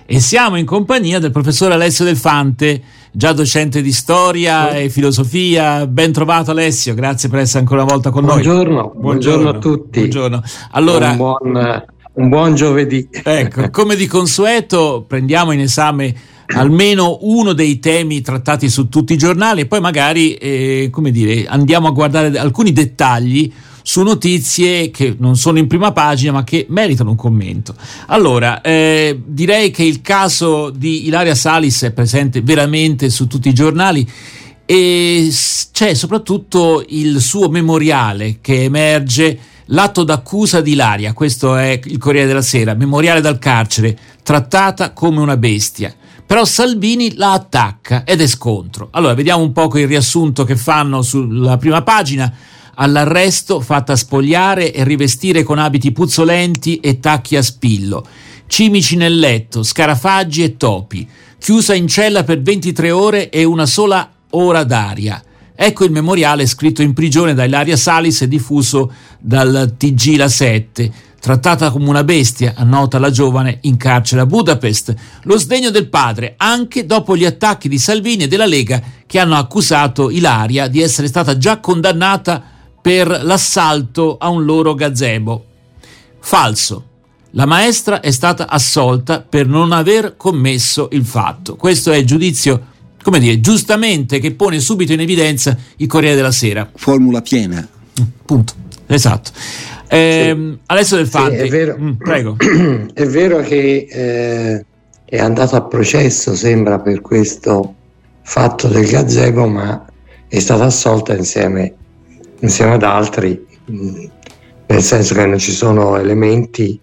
e siamo in compagnia del professor Alessio Del Fante, già docente di storia e filosofia. Ben trovato Alessio, grazie per essere ancora una volta con noi. Buongiorno a tutti. Buongiorno. Allora, un buon giovedì. Ecco, come di consueto prendiamo in esame almeno uno dei temi trattati su tutti i giornali e poi magari andiamo a guardare alcuni dettagli su notizie che non sono in prima pagina ma che meritano un commento. Allora, direi che il caso di Ilaria Salis è presente veramente su tutti i giornali e c'è soprattutto il suo memoriale che emerge, l'atto d'accusa di Ilaria, questo è il Corriere della Sera, memoriale dal carcere, trattata come una bestia. Però Salvini la attacca ed è scontro. Allora, vediamo un po' il riassunto che fanno sulla prima pagina. All'arresto, fatta spogliare e rivestire con abiti puzzolenti e tacchi a spillo, cimici nel letto, scarafaggi e topi, chiusa in cella per 23 ore e una sola ora d'aria. Ecco il memoriale scritto in prigione da Ilaria Salis e diffuso dal TG La 7. Trattata come una bestia, annota la giovane in carcere a Budapest. Lo sdegno del padre, anche dopo gli attacchi di Salvini e della Lega che hanno accusato Ilaria di essere stata già condannata per l'assalto a un loro gazebo. Falso. La maestra è stata assolta per non aver commesso il fatto. Questo è il giudizio, giustamente, che pone subito in evidenza il Corriere della Sera. Formula piena. Punto. Esatto. Sì. Alessio Del Fante. Sì, è vero. Prego. È vero che è andato a processo, sembra, per questo fatto del gazebo, ma è stata assolta insieme ad altri, nel senso che non ci sono elementi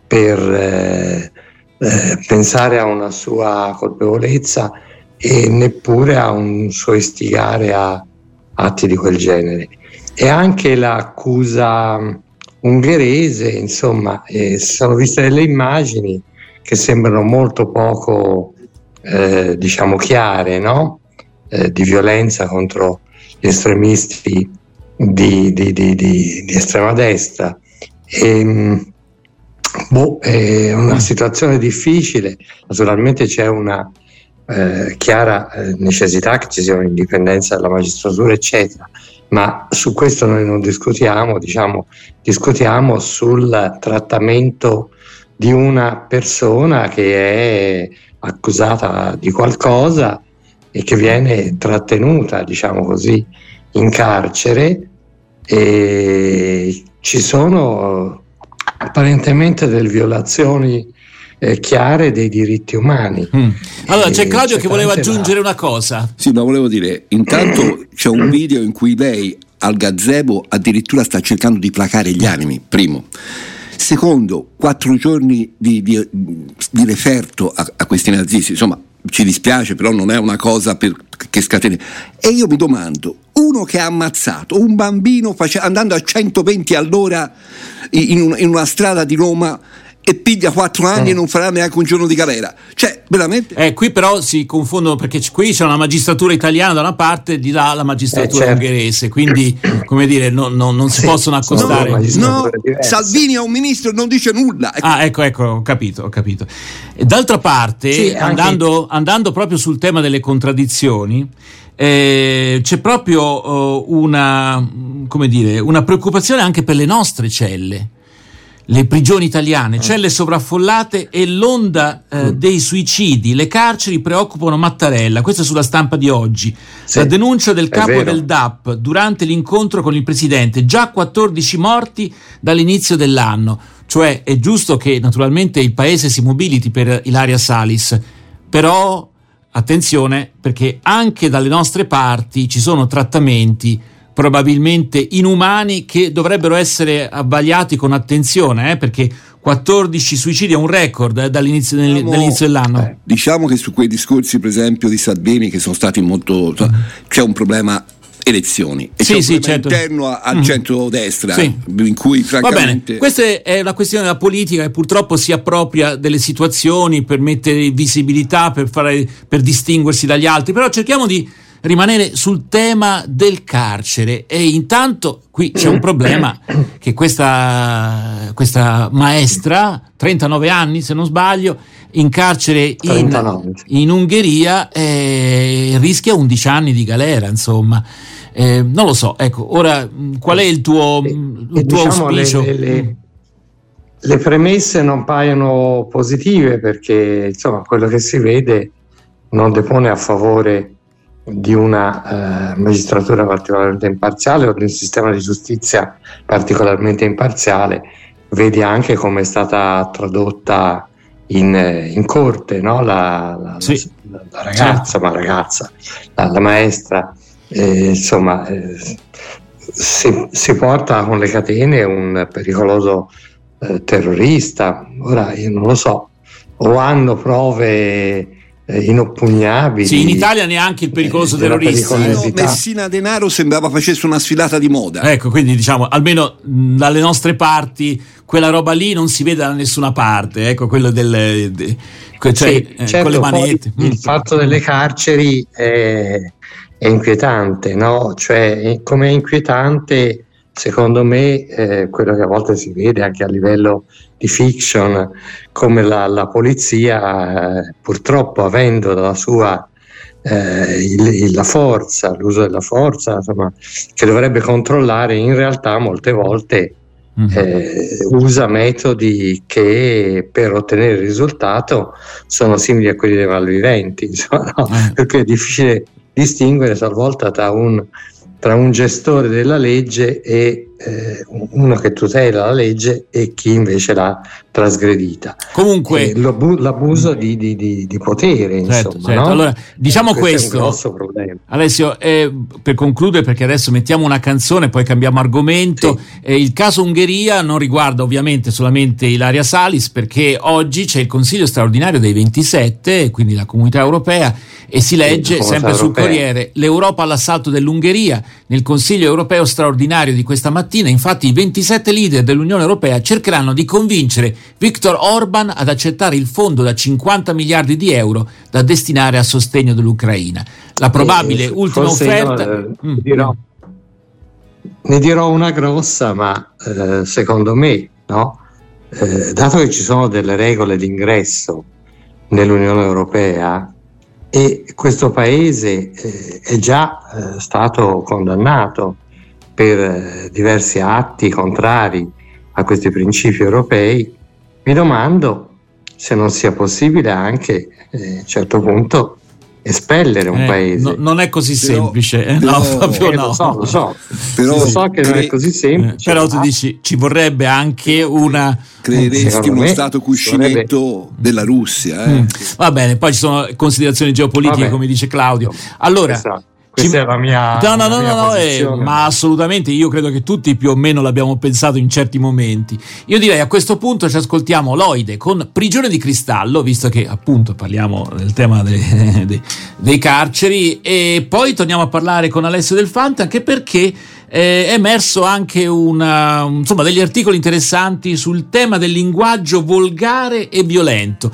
per pensare a una sua colpevolezza e neppure a un suo istigare a atti di quel genere. E anche l'accusa ungherese, insomma, sono viste delle immagini che sembrano molto poco chiare, no? Di violenza contro gli estremisti di estrema destra. È una situazione difficile. Naturalmente c'è una chiara necessità che ci sia un'indipendenza della magistratura, eccetera, ma su questo noi non discutiamo, discutiamo sul trattamento di una persona che è accusata di qualcosa e che viene trattenuta, in carcere, e ci sono apparentemente delle violazioni chiare dei diritti umani. Allora c'è Claudio che voleva aggiungere una cosa. Sì, ma volevo dire, intanto c'è un video in cui lei al gazebo addirittura sta cercando di placare gli animi, primo. Secondo, 4 giorni di referto a questi nazisti, insomma ci dispiace, però non è una cosa che scateni. E io mi domando, uno che ha ammazzato un bambino andando a 120 all'ora in una strada di Roma e piglia 4 anni e non farà neanche un giorno di galera, cioè veramente. Qui però si confondono, perché qui c'è una magistratura italiana da una parte e di là la magistratura ungherese, quindi non si possono accostare. No, Salvini è un ministro e non dice nulla. Ecco, ho capito. E d'altra parte, andando proprio sul tema delle contraddizioni, c'è proprio una preoccupazione anche per le nostre celle. Le prigioni italiane, celle sovraffollate e l'onda dei suicidi. Le carceri preoccupano Mattarella, questo è sulla Stampa di oggi. Sì, la denuncia del capo del DAP durante l'incontro con il presidente, già 14 morti dall'inizio dell'anno. Cioè è giusto che naturalmente il paese si mobiliti per Ilaria Salis, però attenzione, perché anche dalle nostre parti ci sono trattamenti probabilmente inumani che dovrebbero essere avvagliati con attenzione, perché 14 suicidi è un record dall'inizio dell'anno. Diciamo che su quei discorsi, per esempio, di Salvini, che sono stati molto, c'è un problema elezioni e c'è un problema interno al centro-destra, in cui francamente... Va bene, questa è una questione della politica che purtroppo si appropria delle situazioni per mettere visibilità, per distinguersi dagli altri, però cerchiamo di rimanere sul tema del carcere. E intanto qui c'è un problema, che questa maestra, 39 anni se non sbaglio, in carcere in Ungheria, rischia 11 anni di galera, insomma. Non lo so, ecco, ora qual è il tuo auspicio? Le premesse non paiono positive, perché insomma quello che si vede non depone a favore di una magistratura particolarmente imparziale o di un sistema di giustizia particolarmente imparziale. Vedi anche come è stata tradotta in corte, no? la ragazza, la maestra, insomma, si porta con le catene un pericoloso terrorista. Ora io non lo so, o hanno prove inoppugnabili. Sì, in Italia neanche il pericoloso terrorista. Messina Denaro sembrava facesse una sfilata di moda. Ecco, quindi diciamo, almeno dalle nostre parti quella roba lì non si vede da nessuna parte, ecco, quello certo, con le manette. Il fatto delle carceri è inquietante, no? Cioè, come è inquietante, secondo me, quello che a volte si vede anche a livello di fiction, come la polizia, purtroppo avendo dalla sua la forza, l'uso della forza, insomma, che dovrebbe controllare, in realtà molte volte usa metodi che per ottenere il risultato sono simili a quelli dei malviventi, insomma, no? Perché è difficile distinguere talvolta tra un gestore della legge e uno che tutela la legge e chi invece l'ha trasgredita. Comunque l'abuso di potere, insomma, certo. No? Allora, diciamo questo è un grosso problema. Alessio, per concludere, perché adesso mettiamo una canzone, poi cambiamo argomento. Sì. Il caso Ungheria non riguarda ovviamente solamente Ilaria Salis, perché oggi c'è il Consiglio straordinario dei 27, quindi la Comunità Europea, e si legge sempre sul Corriere: l'Europa all'assalto dell'Ungheria. Nel Consiglio europeo straordinario di questa mattina, infatti, i 27 leader dell'Unione Europea cercheranno di convincere Viktor Orban ad accettare il fondo da 50 miliardi di euro da destinare a sostegno dell'Ucraina. La probabile ultima offerta... Ne dirò una grossa, ma secondo me, no? Dato che ci sono delle regole d'ingresso nell'Unione Europea, e questo paese è già stato condannato per diversi atti contrari a questi principi europei, mi domando se non sia possibile anche a un certo punto espellere un paese. Non è così semplice, no, proprio no. Lo so che non è così semplice. Però tu dici, ci vorrebbe anche una... Creeresti uno stato cuscinetto della Russia. Va bene, poi ci sono considerazioni geopolitiche, come dice Claudio. Allora... Esatto. Questa è la mia posizione. Ma assolutamente, io credo che tutti più o meno l'abbiamo pensato in certi momenti. Io direi, a questo punto ci ascoltiamo Loide con Prigione di cristallo, visto che appunto parliamo del tema dei carceri, e poi torniamo a parlare con Alessio Del Fante, anche perché è emerso anche degli articoli interessanti sul tema del linguaggio volgare e violento,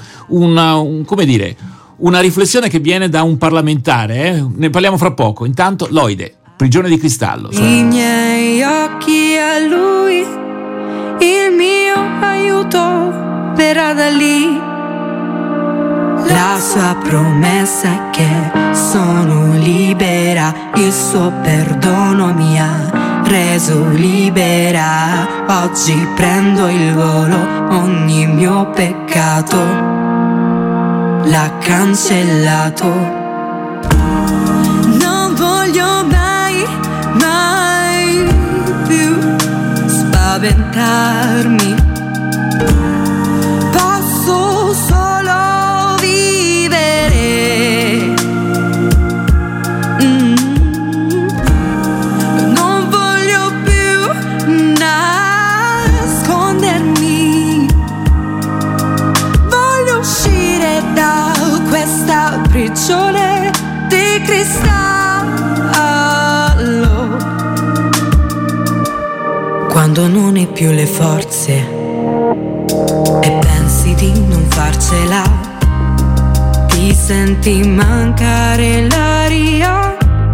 una riflessione che viene da un parlamentare, ne parliamo fra poco. Intanto Loide, Prigione di cristallo. I miei occhi a lui, il mio aiuto verrà da lì. La sua promessa è che sono libera, il suo perdono mi ha reso libera. Oggi prendo il volo, ogni mio peccato l'ha cancellato. Non voglio mai più spaventarmi. Posso solo vivere. Non voglio più nascondermi. Voglio uscire da questa prigione di cristallo. Quando non hai più le forze e pensi di non farcela, ti senti mancare l'aria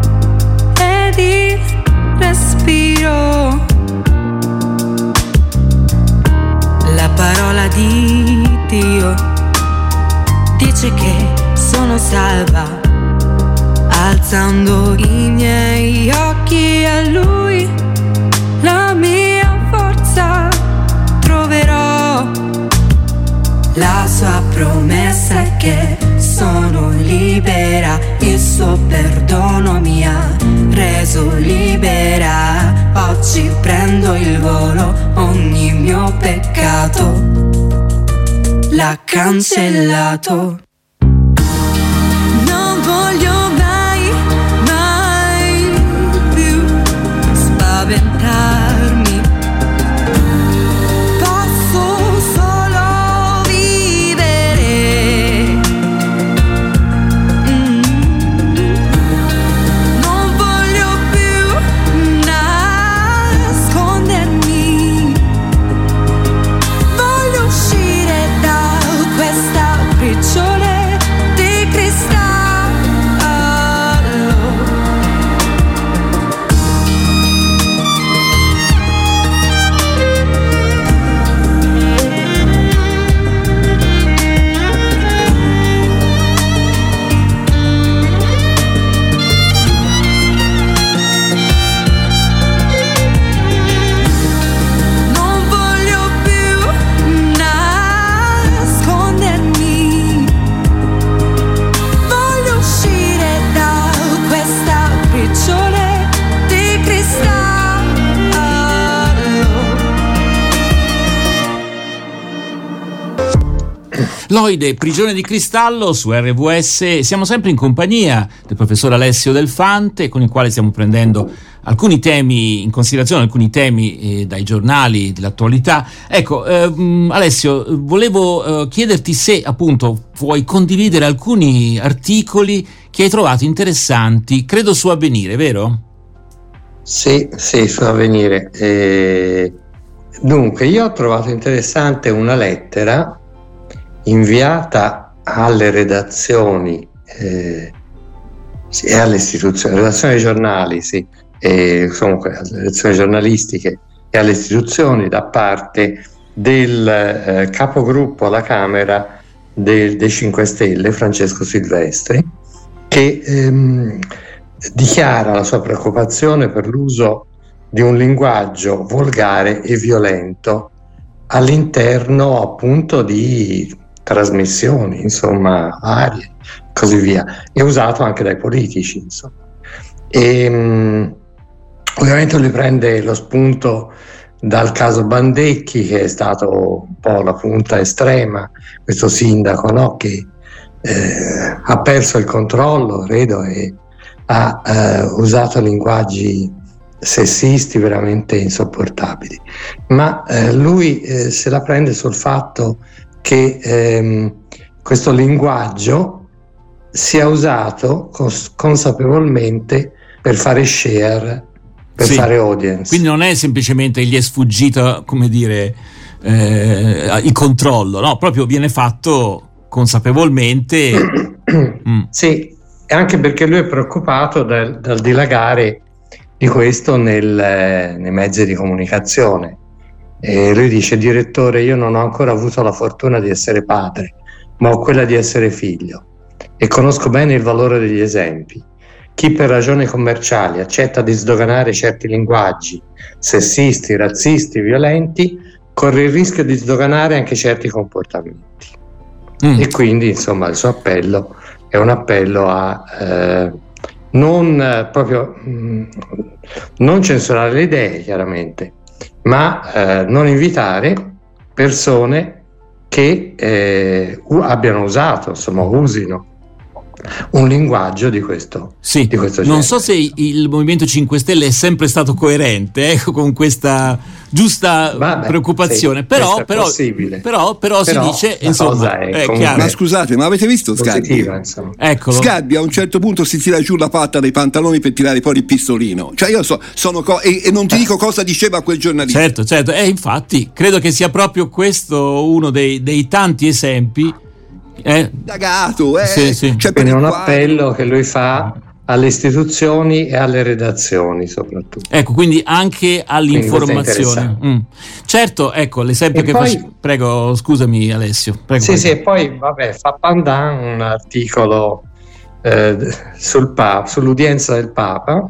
di Dio, dice che sono salva, alzando i miei occhi a Lui, la mia forza troverò. La sua promessa è che sono libera, il suo perdono mi ha reso libera. Oggi prendo il volo, ogni mio peccato l'ha cancellato. Non voglio mai, mai più spaventarmi. Posso solo vivere. Non voglio più nascondermi. Voglio uscire da questa prigione di cristallo. Non voglio più nascondermi. Voglio uscire da questa prigione di cristallo. Loide, Prigione di cristallo su RVS. Siamo sempre in compagnia del professor Alessio Del Fante, con il quale stiamo prendendo alcuni temi in considerazione, alcuni temi dai giornali dell'attualità. Ecco, Alessio, volevo chiederti se appunto vuoi condividere alcuni articoli che hai trovato interessanti, credo su Avvenire, vero? Sì, su Avvenire. Dunque, io ho trovato interessante una lettera inviata alle redazioni e alle istituzioni, redazioni dei giornali, comunque alle redazioni giornalistiche e alle istituzioni, da parte del capogruppo alla Camera dei 5 Stelle, Francesco Silvestri, che dichiara la sua preoccupazione per l'uso di un linguaggio volgare e violento all'interno appunto di trasmissioni, insomma, varie, così via, e usato anche dai politici, insomma. E ovviamente lui prende lo spunto dal caso Bandecchi, che è stato un po' la punta estrema, questo sindaco, no? Che ha perso il controllo, credo, e ha usato linguaggi sessisti veramente insopportabili, ma lui se la prende sul fatto che questo linguaggio sia usato consapevolmente per fare share, per fare audience. Quindi non è semplicemente gli è sfuggito, come dire, il controllo, no? Proprio viene fatto consapevolmente. Sì, anche perché lui è preoccupato dal dilagare di questo nei mezzi di comunicazione. E lui dice: direttore, io non ho ancora avuto la fortuna di essere padre, ma ho quella di essere figlio, e conosco bene il valore degli esempi. Chi per ragioni commerciali accetta di sdoganare certi linguaggi sessisti, razzisti, violenti, corre il rischio di sdoganare anche certi comportamenti. E quindi, insomma, il suo appello è un appello a non censurare le idee, chiaramente, ma non invitare persone che abbiano usato, insomma, usino un linguaggio di questo genere. Non so se il Movimento 5 Stelle è sempre stato coerente con questa giusta preoccupazione, però si dice, insomma, è chiaro. Ma scusate, ma avete visto Sgarbi? Eccolo. Sgarbi a un certo punto si tira giù la patta dei pantaloni per tirare fuori il pistolino, cioè io e non ti dico cosa diceva quel giornalista. Certo, e infatti credo che sia proprio questo uno dei tanti esempi. Dagato, Cioè, quindi è un appello che lui fa alle istituzioni e alle redazioni soprattutto. Ecco, quindi anche all'informazione. Certo, ecco l'esempio che faccio. Prego, scusami Alessio. Prego, sì, e poi fa pandan un articolo sull'udienza del Papa,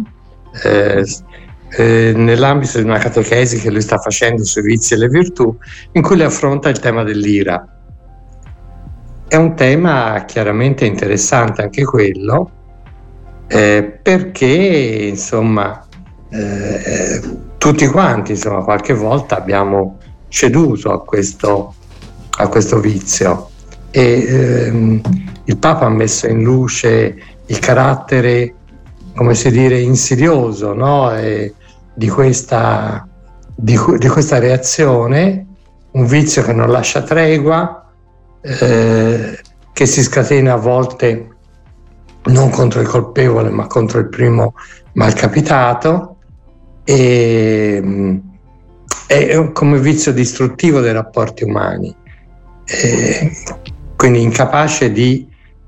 nell'ambito di una catechesi che lui sta facendo sui vizi e le virtù, in cui le affronta il tema dell'ira. È un tema chiaramente interessante anche quello, perché insomma tutti quanti insomma qualche volta abbiamo ceduto a questo vizio, e il Papa ha messo in luce il carattere, come si dire, insidioso, no? di questa reazione, un vizio che non lascia tregua, che si scatena a volte non contro il colpevole ma contro il primo malcapitato, e è come vizio distruttivo dei rapporti umani, quindi incapace di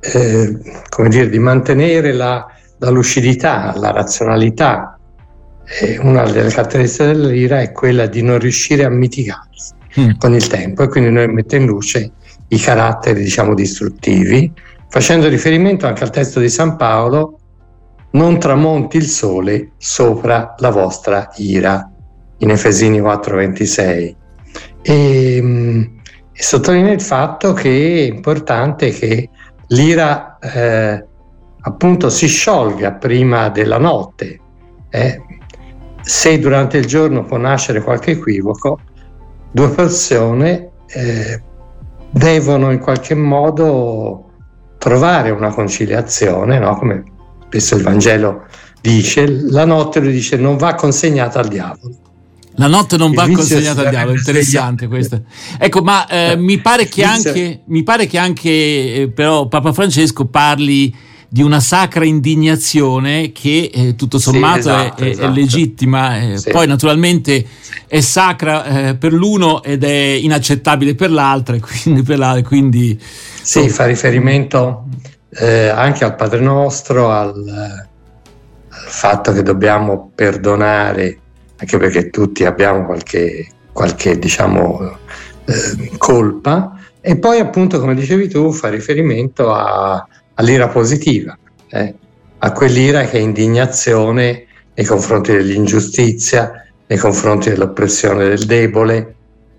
mantenere la lucidità, la razionalità. Una delle caratteristiche dell'ira è quella di non riuscire a mitigarsi con il tempo, e quindi noi mette in luce i caratteri, diciamo, distruttivi, facendo riferimento anche al testo di San Paolo: non tramonti il sole sopra la vostra ira, in Efesini 4:26, e sottolinea il fatto che è importante che l'ira appunto si sciolga prima della notte. Se durante il giorno può nascere qualche equivoco, due persone devono in qualche modo trovare una conciliazione, no? Come spesso il Vangelo dice, la notte, lui dice, non va consegnata al diavolo. La notte non va consegnata al diavolo, interessante questa. Ecco, ma mi pare che anche però Papa Francesco parli di una sacra indignazione che tutto sommato è legittima, poi naturalmente è sacra per l'uno ed è inaccettabile per l'altro, e quindi fa riferimento anche al Padre Nostro, al fatto che dobbiamo perdonare, anche perché tutti abbiamo qualche diciamo colpa, e poi appunto, come dicevi tu, fa riferimento all'ira positiva, a quell'ira che è indignazione nei confronti dell'ingiustizia, nei confronti dell'oppressione del debole,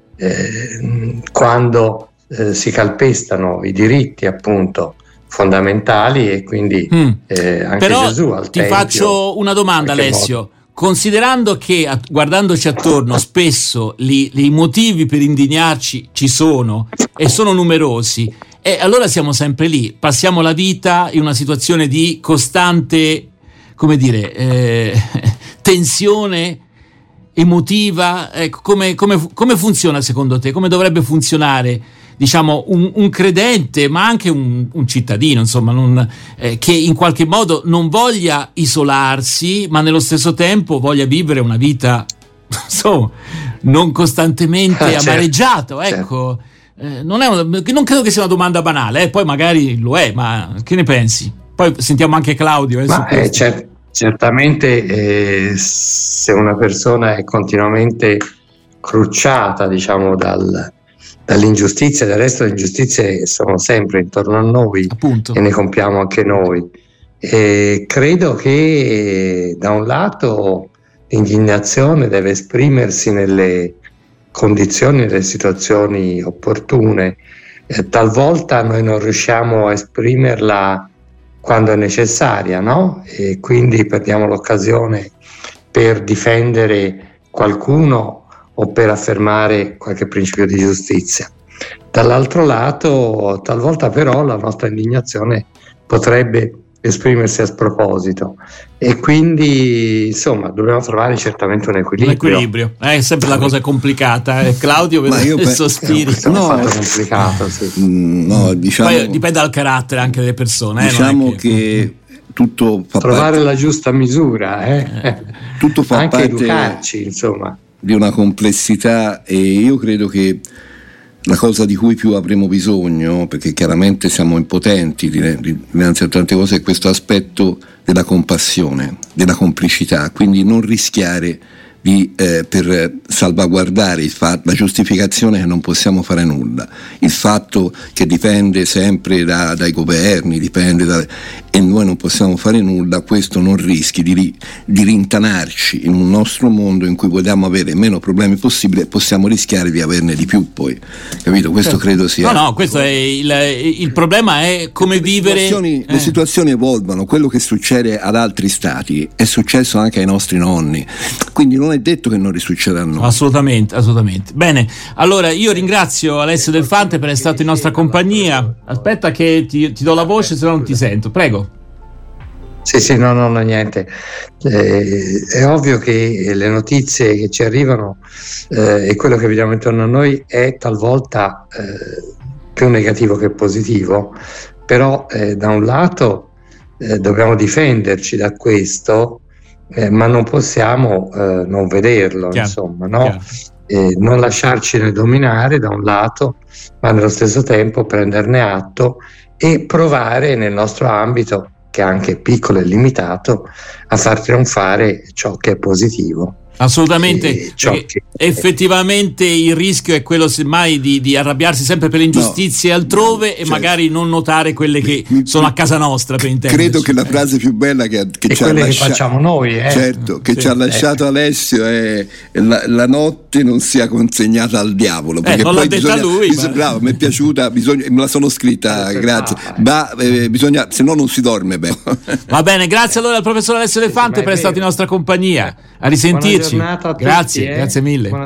quando si calpestano i diritti appunto fondamentali, e quindi anche però Gesù al ti Tempio, faccio una domanda, Alessio. Considerando che guardandoci attorno spesso i motivi per indignarci ci sono e sono numerosi, e allora siamo sempre lì, passiamo la vita in una situazione di costante, come dire, tensione emotiva. Come funziona secondo te? Come dovrebbe funzionare, diciamo, un credente, ma anche un cittadino, insomma, che in qualche modo non voglia isolarsi, ma nello stesso tempo voglia vivere una vita, insomma, non costantemente amareggiato, ecco. Non credo che sia una domanda banale, poi magari lo è, ma che ne pensi? Poi sentiamo anche Claudio. Certamente se una persona è continuamente crucciata, diciamo, dall'ingiustizia, del resto le ingiustizie sono sempre intorno a noi, appunto, e ne compiamo anche noi. E credo che da un lato l'indignazione deve esprimersi nelle condizioni, nelle situazioni opportune. Talvolta noi non riusciamo a esprimerla quando è necessaria, no? E quindi perdiamo l'occasione per difendere qualcuno o per affermare qualche principio di giustizia. Dall'altro lato, talvolta però la nostra indignazione potrebbe esprimersi a sproposito, e quindi insomma dobbiamo trovare certamente un equilibrio. È sempre la cosa complicata, Claudio, vedo sospiri. È complicato, sì. No, diciamo, poi dipende dal carattere anche delle persone, diciamo che tutto fa trovare la giusta misura, tutto fa anche parte, educarci, insomma, di una complessità, e io credo che la cosa di cui più avremo bisogno, perché chiaramente siamo impotenti dinanzi a tante cose, è questo aspetto della compassione, della complicità, quindi non rischiare per salvaguardare la giustificazione che non possiamo fare nulla, il fatto che dipende sempre dai governi, e noi non possiamo fare nulla, questo non rischi di rintanarci in un nostro mondo in cui vogliamo avere meno problemi possibile, possiamo rischiare di averne di più poi, capito? Questo credo sia... No, questo è il problema è come vivere... Le situazioni evolvono, quello che succede ad altri stati è successo anche ai nostri nonni, quindi non è detto che non risucceda a noi. Assolutamente. Bene, allora io ringrazio Alessio Del Fante per essere stato in nostra compagnia. Aspetta che ti do la voce, se no non ti sento. Prego. Sì, no, niente. È ovvio che le notizie che ci arrivano e quello che vediamo intorno a noi è talvolta più negativo che positivo, però da un lato dobbiamo difenderci da questo, ma non possiamo non vederlo, chiaro, insomma, no? Non lasciarcene dominare da un lato, ma nello stesso tempo prenderne atto e provare nel nostro ambito, che è anche piccolo e limitato, a far trionfare ciò che è positivo. Assolutamente, effettivamente il rischio è quello semmai di arrabbiarsi sempre per le ingiustizie altrove e magari non notare quelle che sono a casa nostra, per intenderci. Credo che la frase più bella che ci ha lasciato, che facciamo noi, certo, che ci ha lasciato Alessio è la notte non sia consegnata al diavolo, perché non poi l'ha detta lui, bravo, mi è piaciuta, me la sono scritta, grazie, ma bisogna, se no non si dorme bene. Va bene, grazie allora al professor Alessio Del Fante per essere stato in nostra compagnia, a risentirci. Grazie mille.